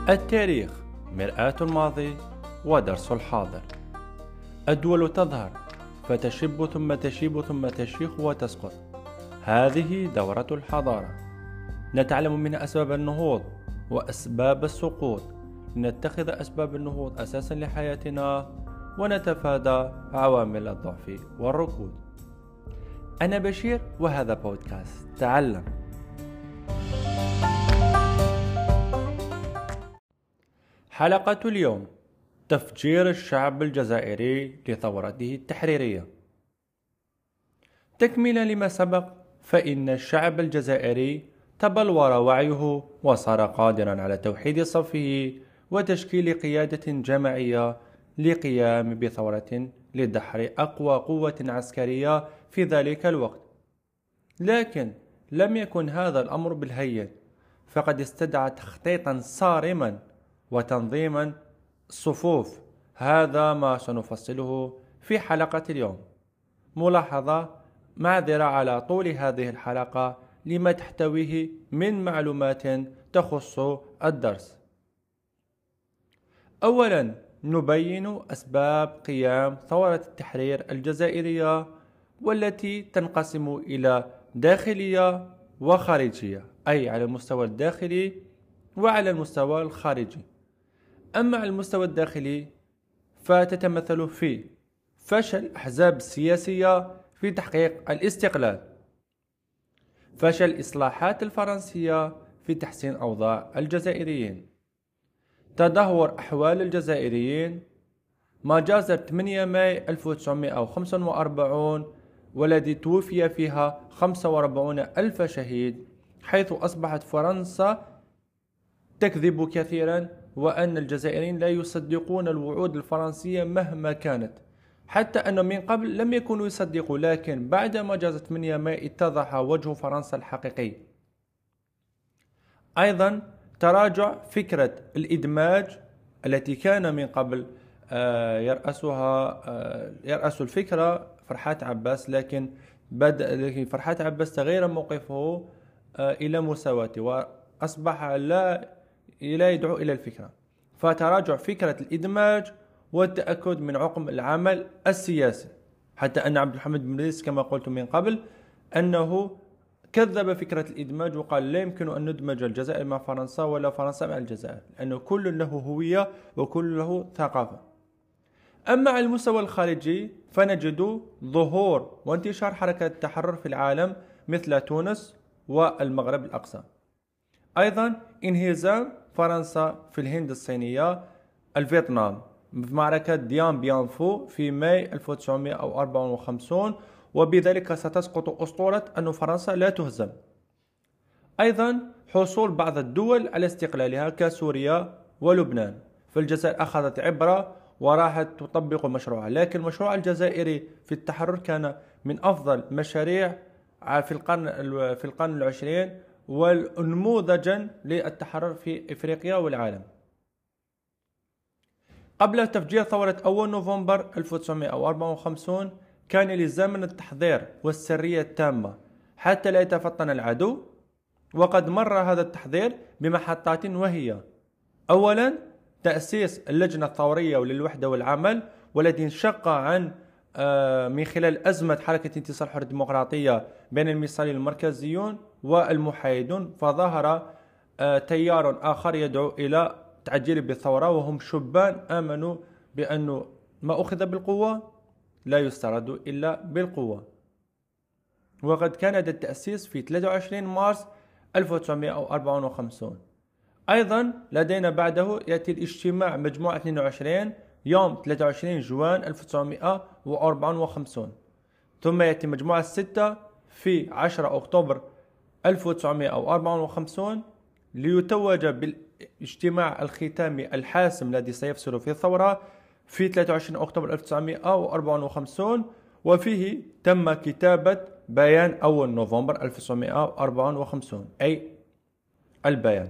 التاريخ مرآة الماضي ودرس الحاضر. الدول تظهر فتشب ثم تشيب ثم تشيخ وتسقط. هذه دورة الحضارة. نتعلم منها أسباب النهوض وأسباب السقوط، لنتخذ أسباب النهوض أساسا لحياتنا ونتفادى عوامل الضعف والركود. أنا بشير وهذا بودكاست تعلم. حلقة اليوم: تفجير الشعب الجزائري لثورته التحريرية. تكميلا لما سبق، فإن الشعب الجزائري تبلور وعيه وصار قادرا على توحيد صفه وتشكيل قيادة جماعية للقيام بثورة لدحر أقوى قوة عسكرية في ذلك الوقت. لكن لم يكن هذا الأمر بالهين، فقد استدعى تخطيطا صارما وتنظيما الصفوف. هذا ما سنفصله في حلقة اليوم. ملاحظة: معذرة على طول هذه الحلقة لما تحتويه من معلومات تخص الدرس. أولا، نبين أسباب قيام ثورة التحرير الجزائرية، والتي تنقسم إلى داخلية وخارجية، أي على المستوى الداخلي وعلى المستوى الخارجي. أما على المستوى الداخلي فتتمثل في فشل الأحزاب السياسية في تحقيق الاستقلال، فشل الإصلاحات الفرنسية في تحسين أوضاع الجزائريين، تدهور أحوال الجزائريين، مجازر 8 ماي 1945 والذي توفي فيها 45 ألف شهيد، حيث أصبحت فرنسا تكذب كثيرا، وأن الجزائريين لا يصدقون الوعود الفرنسية مهما كانت، حتى أنه من قبل لم يكونوا يصدقوا، لكن بعد ما جاز 8 ماي اتضح وجه فرنسا الحقيقي. أيضا تراجع فكرة الإدماج التي كان من قبل يرأس الفكرة فرحات عباس، لكن فرحات عباس تغير موقفه إلى مساواته وأصبح لا يدعو إلى الفكرة، فتراجع فكرة الإدماج والتأكد من عقم العمل السياسي، حتى أن عبد الحميد بن إدريس كما قلت من قبل أنه كذب فكرة الإدماج وقال لا يمكن أن ندمج الجزائر مع فرنسا ولا فرنسا مع الجزائر، لأنه كل له هوية وكل له ثقافة. أما على المستوى الخارجي فنجد ظهور وانتشار حركة التحرر في العالم مثل تونس والمغرب الأقصى. أيضا انهزام فرنسا في الهند الصينية، الفيتنام، في معركة ديان بيان فو في ماي 1954، وبذلك ستسقط أسطورة أن فرنسا لا تهزم. أيضا حصول بعض الدول على استقلالها كسوريا ولبنان، فالجزائر أخذت عبرة وراحت تطبق مشروعها، لكن المشروع الجزائري في التحرر كان من أفضل مشاريع في القرن العشرين ونموذجا للتحرر في إفريقيا والعالم. قبل تفجير ثورة أول نوفمبر 1954 كان لزاما التحضير والسرية التامة حتى لا يتفطن العدو، وقد مر هذا التحضير بمحطات، وهي: أولا تأسيس اللجنة الثورية وللوحدة والعمل، والذي انشق عن من خلال أزمة حركة انتصار الحرية الديمقراطية بين المثاليين المركزيون والمحايدون، فظهر تيار آخر يدعو إلى تعجيل بالثورة، وهم شبان آمنوا بأن ما أخذ بالقوة لا يسترد إلا بالقوة. وقد كان هذا التأسيس في 23 مارس 1954. أيضا لدينا بعده يأتي الاجتماع مجموعة 22 يوم 23 جوان 1954، ثم يأتي مجموعة 6 في 10 أكتوبر 1954 ليتوج بالاجتماع الختامي الحاسم الذي سيفصل في الثورة في 23 أكتوبر 1954، وفيه تم كتابة بيان أول نوفمبر 1954، أي البيان.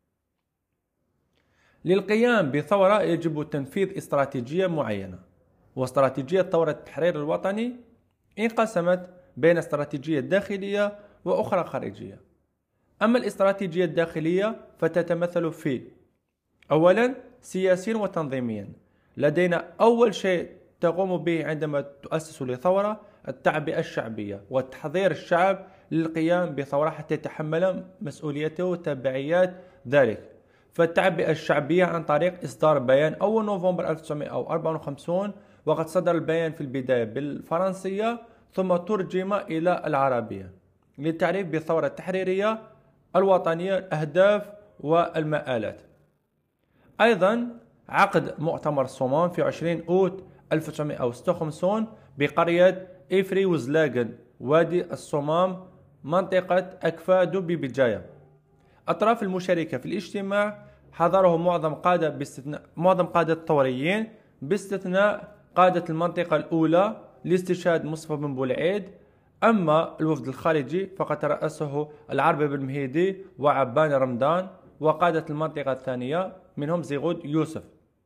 للقيام بثورة يجب تنفيذ استراتيجية معينة، واستراتيجية ثورة التحرير الوطني انقسمت بين استراتيجية داخلية وأخرى خارجية. أما الاستراتيجية الداخلية فتتمثل في أولا سياسيا وتنظيميا. لدينا أول شيء تقوم به عندما تؤسس لثورة التعبئة الشعبية وتحضير الشعب للقيام بثورة حتى يتحمل مسؤوليته وتبعيات ذلك. فالتعبئة الشعبية عن طريق إصدار بيان أول نوفمبر 1954، وقد صدر البيان في البداية بالفرنسية ثم ترجم إلى العربية للتعريف بالثورة التحريرية الوطنية، الأهداف والمآلات. أيضا عقد مؤتمر الصومال في 20 أوت 1956 بقرية إفري وزلاجن وادي الصمام منطقة أكفادو ببجاية. أطراف المشاركة في الاجتماع حضره معظم قادة الثوريين باستثناء قادة المنطقة الأولى لاستشهاد مصطفى بن بولعيد. أما الوفد الخارجي فقد ترأسه العربي بن مهيدي وعبان رمضان، وقادة المنطقة الثانية منهم زيغود يوسف.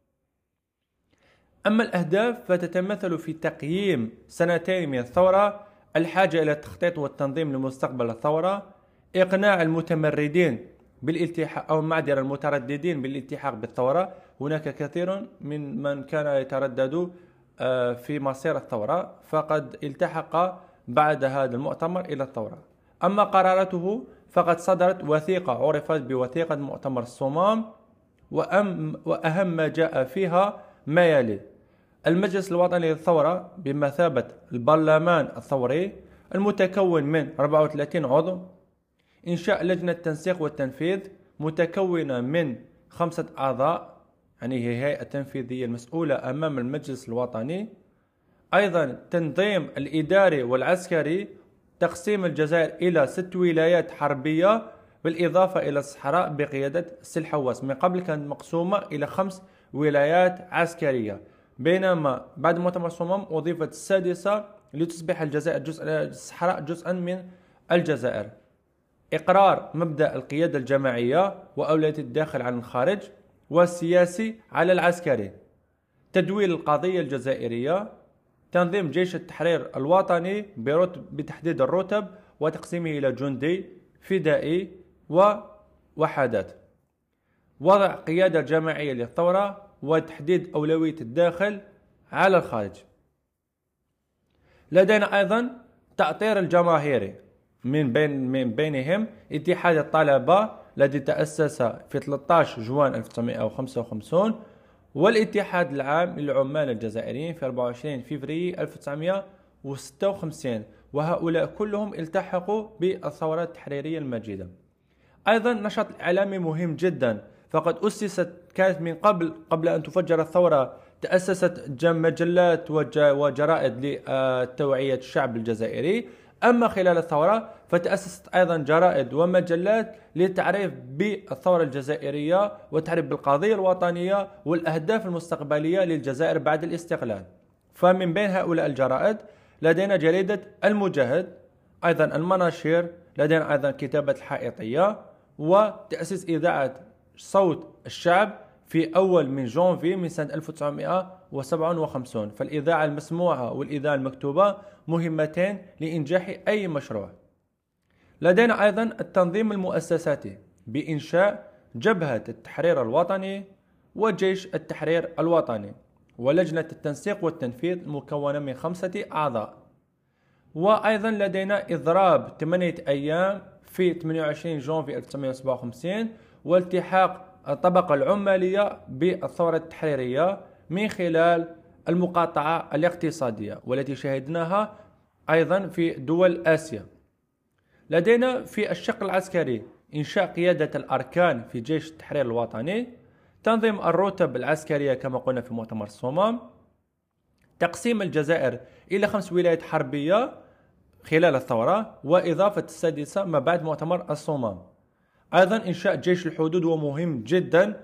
أما الأهداف فتتمثل في تقييم سنتين من الثورة، الحاجة إلى التخطيط والتنظيم لمستقبل الثورة، إقناع المتمردين بالالتحاق أو معذرة المترددين بالالتحاق بالثورة. هناك كثير من كان يتردد في مصير الثورة فقد التحق بعد هذا المؤتمر إلى الثورة. أما قراراته فقد صدرت وثيقة عرفت بوثيقة مؤتمر الصمام، وأهم ما جاء فيها ما يلي: المجلس الوطني للثورة بمثابة البرلمان الثوري المتكون من 34 عضو، إنشاء لجنة تنسيق والتنفيذ متكونة من 5 أعضاء، يعني هي هيئة تنفيذية المسؤولة أمام المجلس الوطني. أيضا تنظيم الإداري والعسكري، تقسيم الجزائر إلى 6 ولايات حربية بالإضافة إلى الصحراء بقيادة السي حواس. من قبل كانت مقسومة إلى 5 ولايات عسكرية، بينما بعد مؤتمر الصمام أضيفت السادسة لتصبح الجزائر الصحراء جزءا من الجزائر. إقرار مبدأ القيادة الجماعية وأولوية الداخل عن الخارج والسياسي على العسكري، تدويل القضية الجزائرية، تنظيم جيش التحرير الوطني بتحديد الرتب وتقسيمه إلى جندي، فدائي ووحدات، وضع قيادة جماعية للثورة وتحديد أولوية الداخل على الخارج. لدينا أيضا تأطير الجماهيري، من بينهم اتحاد الطلبة الذي تأسس في 13 جوان 1955، والاتحاد العام للعمال الجزائريين في 24 فبراير 1956، وهؤلاء كلهم التحقوا بالثورة التحريرية المجيدة. أيضا نشاط الإعلامي مهم جدا، فقد كانت من قبل أن تفجر الثورة تأسست مجلات وجرائد لتوعية الشعب الجزائري. أما خلال الثورة فتأسست أيضا جرائد ومجلات للتعريف بالثورة الجزائرية والتعريف بالقضية الوطنية والأهداف المستقبلية للجزائر بعد الاستقلال. فمن بين هؤلاء الجرائد لدينا جريدة المجاهد، أيضا المناشير، لدينا أيضا كتابة الحائطية، وتأسيس إذاعة صوت الشعب في أول من جانفي من سنة 1957. فالإذاعة المسموعة والإذاعة المكتوبة مهمتين لإنجاح أي مشروع. لدينا أيضا التنظيم المؤسساتي بإنشاء جبهة التحرير الوطني وجيش التحرير الوطني ولجنة التنسيق والتنفيذ المكونة من 5 أعضاء. وأيضا لدينا إضراب 8 أيام في 28 جانفي 1957 والتحاق الطبقة العمالية بالثورة التحريرية من خلال المقاطعة الاقتصادية والتي شاهدناها أيضا في دول آسيا. لدينا في الشق العسكري إنشاء قيادة الأركان في جيش التحرير الوطني، تنظيم الرتب العسكرية كما قلنا في مؤتمر الصمام، تقسيم الجزائر إلى 5 ولايات حربية خلال الثورة، وإضافة السادسة ما بعد مؤتمر الصمام. أيضا إنشاء جيش الحدود ومهم جدا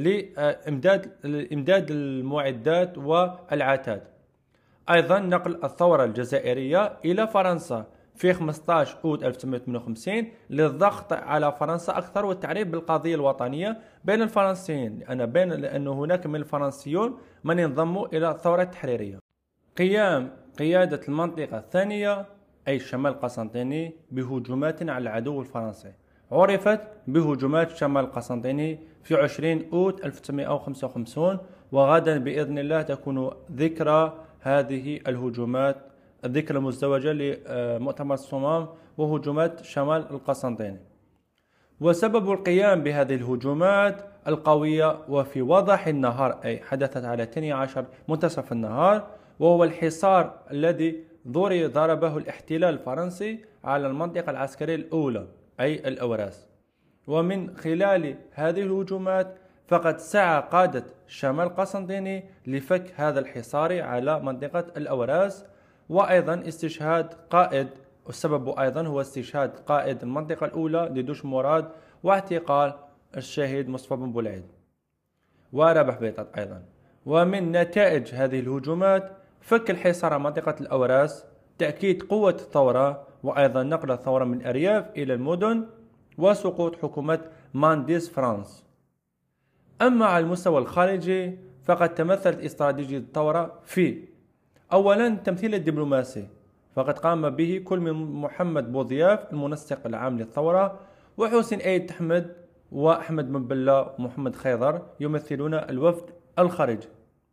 لإمداد المعدات والعتاد. أيضا نقل الثورة الجزائرية إلى فرنسا في 15 أوت 1958 للضغط على فرنسا أكثر والتعريف بالقضية الوطنية بين الفرنسيين، لأن هناك من الفرنسيون من ينضموا إلى الثورة التحريرية. قيام قيادة المنطقة الثانية أي شمال قسنطيني بهجومات على العدو الفرنسي، عرفت بهجومات شمال القسنطيني في 20 أوت 1955، وغدا بإذن الله تكون ذكرى هذه الهجومات، الذكرى المزدوجة لمؤتمر الصمام وهجومات شمال القسنطيني. وسبب القيام بهذه الهجومات القوية وفي وضح النهار، أي حدثت على 12 منتصف النهار، وهو الحصار الذي ضربه الاحتلال الفرنسي على المنطقة العسكرية الأولى أي الأوراس. ومن خلال هذه الهجومات فقد سعى قادة شمال القسنطيني لفك هذا الحصار على منطقة الأوراس، وأيضا استشهاد قائد، والسبب أيضا هو استشهاد قائد المنطقة الأولى لدوش مراد، واعتقال الشهيد مصطفى بن بولعيد وربح بيطات أيضا. ومن نتائج هذه الهجومات فك الحصار على منطقة الأوراس، تأكيد قوة الثورة، وأيضا نقل الثورة من الأرياف إلى المدن، وسقوط حكومة مانديس فرانس. أما على المستوى الخارجي فقد تمثلت استراتيجية الثورة في أولا التمثيل الدبلوماسي، فقد قام به كل من محمد بوضياف المنسق العام للثورة، وحسين أيد أحمد وأحمد بن بلة ومحمد خيضر يمثلون الوفد الخارجي.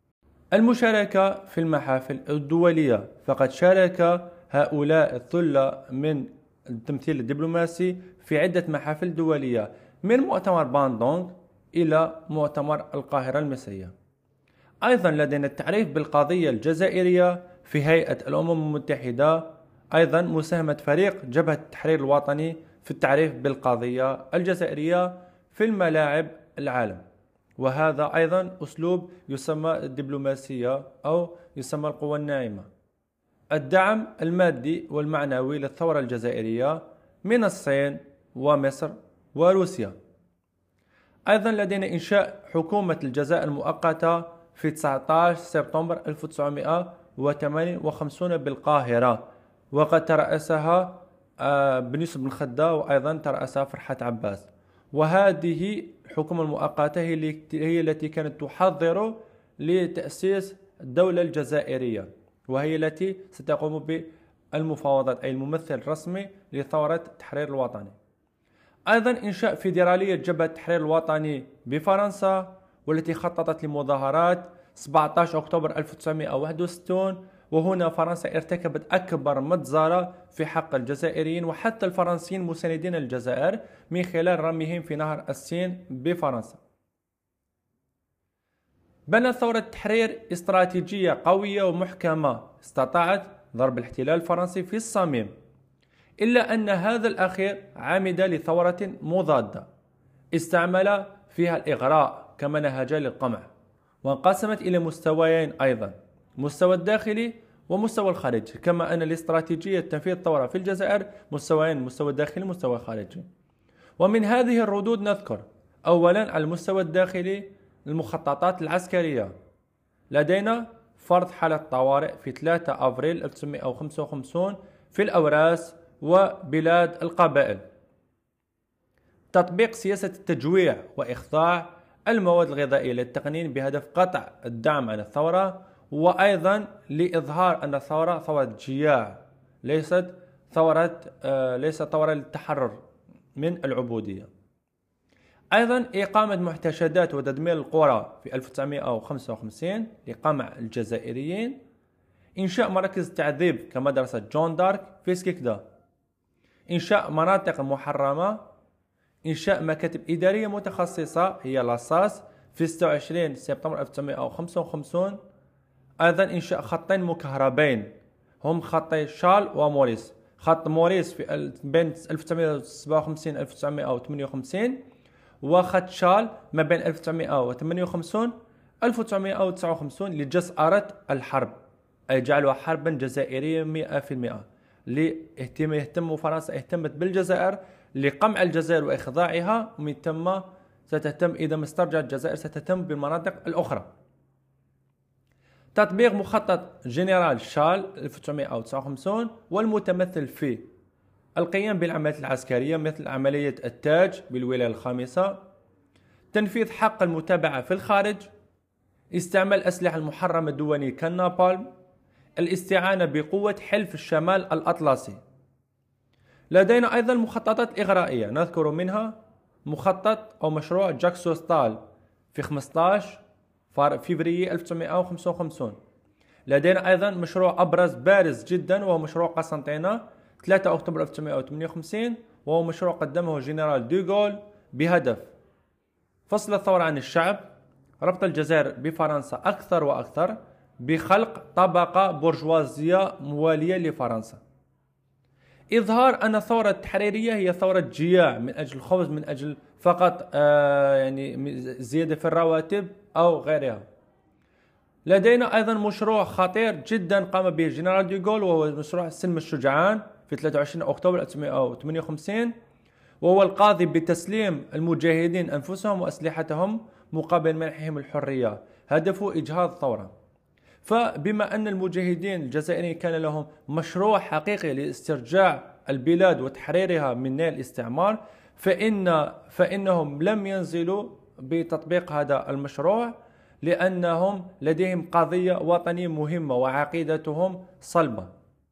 المشاركة في المحافل الدولية، فقد شارك هؤلاء الثلة من التمثيل الدبلوماسي في عدة محافل دولية، من مؤتمر باندونغ إلى مؤتمر القاهرة المصرية. أيضا لدينا التعريف بالقضية الجزائرية في هيئة الأمم المتحدة، أيضا مساهمة فريق جبهة التحرير الوطني في التعريف بالقضية الجزائرية في الملاعب العالم، وهذا أيضا أسلوب يسمى الدبلوماسية أو يسمى القوى الناعمة. الدعم المادي والمعنوي للثورة الجزائرية من الصين ومصر وروسيا. أيضا لدينا إنشاء حكومة الجزائر المؤقتة في 19 سبتمبر 1958 بالقاهرة، وقد ترأسها بن يوسف بن خدة، وأيضا ترأسها فرحات عباس. وهذه الحكومة المؤقتة هي التي كانت تحضر لتأسيس الدولة الجزائرية، وهي التي ستقوم بالمفاوضات، أي الممثل الرسمي لثورة التحرير الوطني. أيضا إنشاء فيدرالية جبهة التحرير الوطني بفرنسا، والتي خططت لمظاهرات 17 أكتوبر 1961، وهنا فرنسا ارتكبت أكبر مجزرة في حق الجزائريين وحتى الفرنسيين مساندين الجزائر من خلال رميهم في نهر السين بفرنسا. بنت ثورة التحرير استراتيجية قوية ومحكمة استطاعت ضرب الاحتلال الفرنسي في الصميم، إلا أن هذا الأخير عمد لثورة مضادة استعمل فيها الإغراء كما نهج للقمع، وانقسمت إلى مستويين أيضا، مستوى الداخلي ومستوى الخارجي، كما أن الاستراتيجية تنفيذ الثورة في الجزائر مستويين، مستوى الداخلي ومستوى الخارجي. ومن هذه الردود نذكر أولا على المستوى الداخلي المخططات العسكرية. لدينا فرض حالة طوارئ في 3 أفريل 1955 في الأوراس وبلاد القبائل، تطبيق سياسة التجويع وإخضاع المواد الغذائية للتقنين بهدف قطع الدعم عن الثورة، وأيضا لإظهار أن الثورة ثورة جياع، ليست ثورة للتحرر من العبودية. أيضا إقامة محتشدات وتدمير القرى في 1955 لقمع الجزائريين، إنشاء مراكز التعذيب كمدرسة جون دارك في سكيكدا، إنشاء مناطق محرمة، إنشاء مكاتب إدارية متخصصة هي لاصاص في 26 سبتمبر 1955. أيضا إنشاء خطين مكهربين هم خطي شال وموريس، خط موريس في بين 1957 1958 وخط شال ما بين 1958 1959 لجسارة الحرب، أي جعلها حربا جزائرية 100%. فرنسا اهتمت بالجزائر لقمع الجزائر وإخضاعها، ومن ثم ستهتم إذا ما استرجعت الجزائر ستهتم بالمناطق الأخرى. تطبيق مخطط جنرال شال 1959 والمتمثل في القيام بالعمليات العسكرية مثل عملية التاج بالولاية الخامسة، تنفيذ حق المتابعة في الخارج، استعمال الأسلحة المحرمة الدولية كالنابالم، الاستعانة بقوة حلف الشمال الأطلسي. لدينا أيضا مخططات إغرائية نذكر منها مخطط أو مشروع جاك سوستال في 15 فبراير 1955. لدينا أيضا مشروع أبرز بارز جدا وهو مشروع قسنطينة 3 أكتوبر 1958، وهو مشروع قدمه جنرال دوغول بهدف فصل الثورة عن الشعب، ربط الجزائر بفرنسا أكثر وأكثر بخلق طبقة برجوازية موالية لفرنسا، إظهار أن الثورة التحريرية هي ثورة جياع من أجل الخبز، من أجل فقط يعني زيادة في الرواتب أو غيرها. لدينا أيضا مشروع خطير جدا قام به الجنرال دوغول وهو مشروع سلم الشجعان في 23 أكتوبر 1958، وهو القاضي بتسليم المجاهدين أنفسهم وأسلحتهم مقابل منحهم الحرية، هدفه إجهاض الثورة. فبما أن المجاهدين الجزائريين كان لهم مشروع حقيقي لاسترجاع البلاد وتحريرها من نيل الاستعمار، فإنهم لم ينزلوا بتطبيق هذا المشروع لأنهم لديهم قضية وطنية مهمة وعقيدتهم صلبة.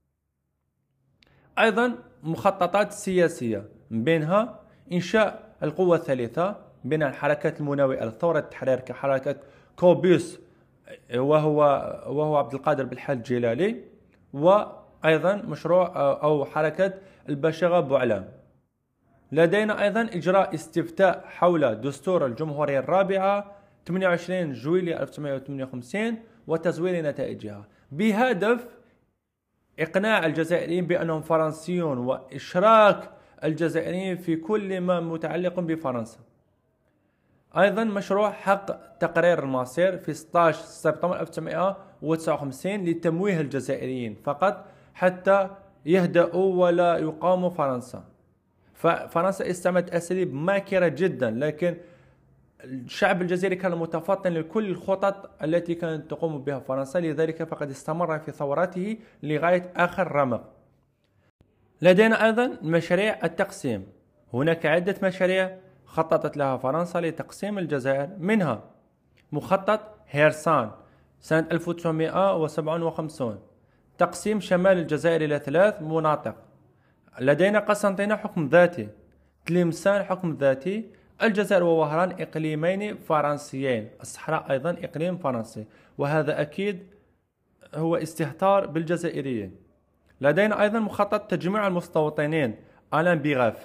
أيضا مخططات سياسية من بينها إنشاء القوة الثالثة بين الحركات المناوئة لثورة التحرير كحركة كوبيس وهو عبد القادر بالحال الجيلالي، وأيضا مشروع أو حركة الباشغة بوعلام. لدينا أيضا إجراء استفتاء حول دستور الجمهورية الرابعة 28 جويلية 1958 وتزوير نتائجها بهدف إقناع الجزائريين بأنهم فرنسيون وإشراك الجزائريين في كل ما متعلق بفرنسا. أيضا مشروع حق تقرير المصير في 16 سبتمبر 1959 لتمويه الجزائريين فقط حتى يهدأوا ولا يقاوموا فرنسا. ففرنسا استعملت أساليب ماكرة جدا، لكن الشعب الجزائري كان متفطن لكل الخطط التي كانت تقوم بها فرنسا، لذلك فقد استمر في ثوراته لغاية آخر رمق. لدينا أيضا مشاريع التقسيم، هناك عدة مشاريع خططت لها فرنسا لتقسيم الجزائر، منها مخطط هيرسان سنة 1957 تقسيم شمال الجزائر إلى 3 مناطق. لدينا قسنطينة حكم ذاتي، تلمسان حكم ذاتي، الجزائر ووهران إقليمين فرنسيين، الصحراء أيضا إقليم فرنسي، وهذا أكيد هو استهتار بالجزائريين. لدينا أيضا مخطط تجميع المستوطنين ألان بيغاف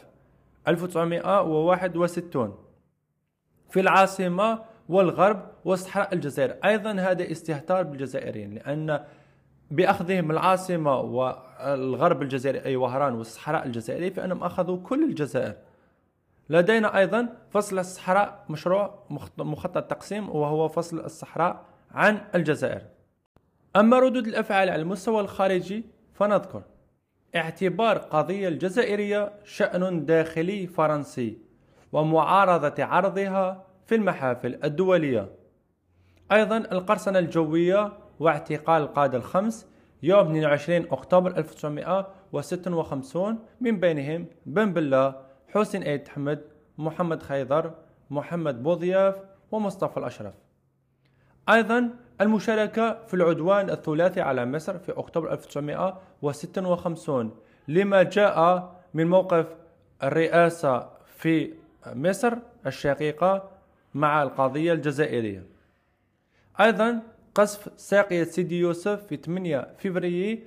1961 في العاصمة والغرب وصحراء الجزائر، أيضا هذا استهتار بالجزائريين، لأن بأخذهم العاصمة والغرب الجزائري أي وهران والصحراء الجزائري فإنهم أخذوا كل الجزائر. لدينا أيضا فصل الصحراء، مشروع مخطط تقسيم وهو فصل الصحراء عن الجزائر. أما ردود الأفعال على المستوى الخارجي فنذكر اعتبار قضية الجزائرية شأن داخلي فرنسي ومعارضة عرضها في المحافل الدولية، أيضا القرصنة الجوية واعتقال القادة الخمس يوم 22 أكتوبر 1956 من بينهم بن بلة، حسين أيد حمد، محمد خيضر، محمد بوضياف ومصطفى الأشرف. أيضا المشاركة في العدوان الثلاثي على مصر في أكتوبر 1956 لما جاء من موقف الرئاسة في مصر الشقيقة مع القضية الجزائرية. أيضا قصف ساقية سيدي يوسف في 8 فبراير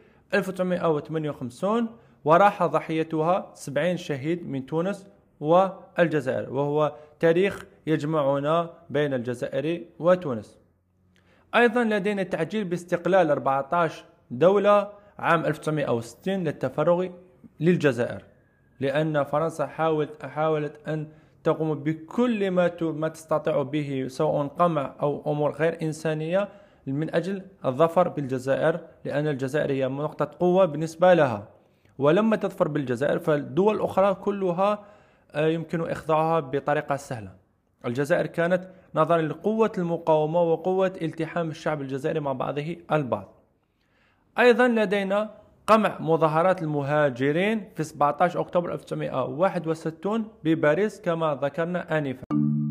1958 وراح ضحيتها 70 شهيد من تونس والجزائر، وهو تاريخ يجمعنا بين الجزائر وتونس. أيضا لدينا التعجيل باستقلال 14 دولة عام 1960 للتفرغ للجزائر، لأن فرنسا حاولت أن تقوم بكل ما تستطيع به سواء قمع أو أمور غير إنسانية من أجل الظفر بالجزائر، لأن الجزائر هي نقطة قوة بالنسبة لها، ولما تظفر بالجزائر فالدول الأخرى كلها يمكن إخضاعها بطريقة سهلة. الجزائر كانت نظرا لقوة المقاومة وقوة التحام الشعب الجزائري مع بعضه البعض. أيضا لدينا قمع مظاهرات المهاجرين في 17 أكتوبر 1961 بباريس كما ذكرنا آنفا.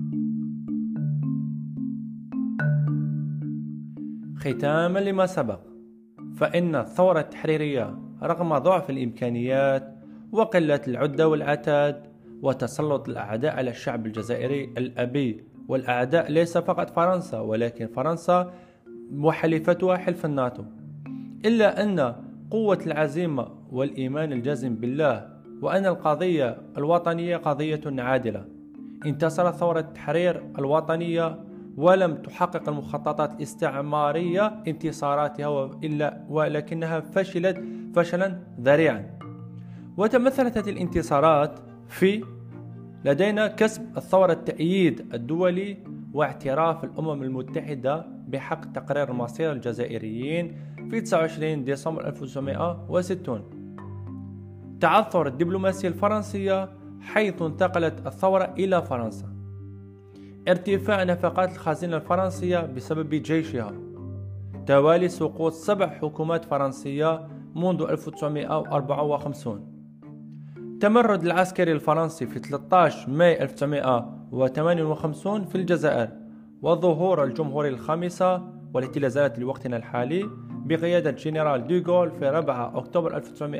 ختاما لما سبق، فإن الثورة التحريرية رغم ضعف الإمكانيات وقلة العدة والعتاد وتسلط الأعداء على الشعب الجزائري الأبي. والأعداء ليس فقط فرنسا، ولكن فرنسا وحليفتها حلف الناتو. إلا أن قوة العزيمة والإيمان الجازم بالله وأن القضية الوطنية قضية عادلة. انتصرت ثورة التحرير الوطنية ولم تحقق المخططات الاستعمارية انتصاراتها ولكنها فشلت فشلا ذريعا. وتمثلت هذه الانتصارات في لدينا كسب الثورة التأييد الدولي واعتراف الأمم المتحدة بحق تقرير مصير الجزائريين في 29 ديسمبر 1960. تعثر الدبلوماسية الفرنسية حيث انتقلت الثورة إلى فرنسا. ارتفاع نفقات الخزينة الفرنسية بسبب جيشها. توالي سقوط 7 حكومات فرنسية منذ 1954. تمرد العسكري الفرنسي في 13 ماي 1958 في الجزائر، وظهور الجمهورية الخامسة والتي لا زالت لوقتنا الحالي بقيادة جنرال دوغول في 4 أكتوبر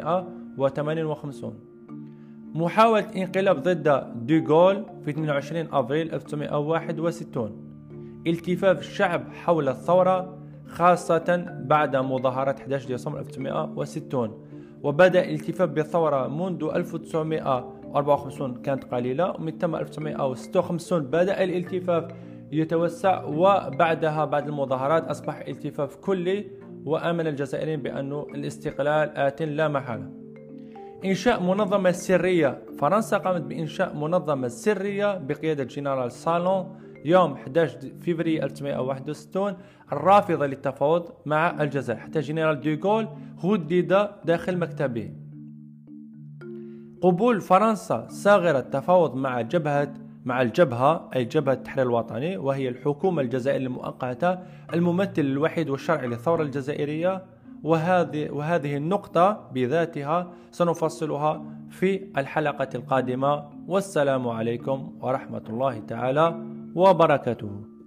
1958. محاولة انقلاب ضد دوغول في 22 أبريل 1961. التفاف الشعب حول الثورة خاصة بعد مظاهرات 11 ديسمبر 1960. وبدأ الالتفاف بالثورة منذ 1954 كانت قليلة، ومن ثم 1956 بدأ الالتفاف يتوسع، وبعدها بعد المظاهرات أصبح التفاف كلي، وآمن الجزائريين بأن الاستقلال آت لا محالة. إنشاء منظمة سرية. فرنسا قامت بإنشاء منظمة سرية بقيادة جنرال سالون يوم 11 فبراير 1961 الرافضة للتفاوض مع الجزائر، حتى جنرال دوغول هدد داخل مكتبه. قبول فرنسا صاغرة التفاوض مع الجبهة أي جبهة التحرير الوطني، وهي الحكومة الجزائرية المؤقتة الممثل الوحيد والشرعي للثورة الجزائرية. وهذه النقطة بذاتها سنفصلها في الحلقة القادمة. والسلام عليكم ورحمة الله تعالى وبركاته.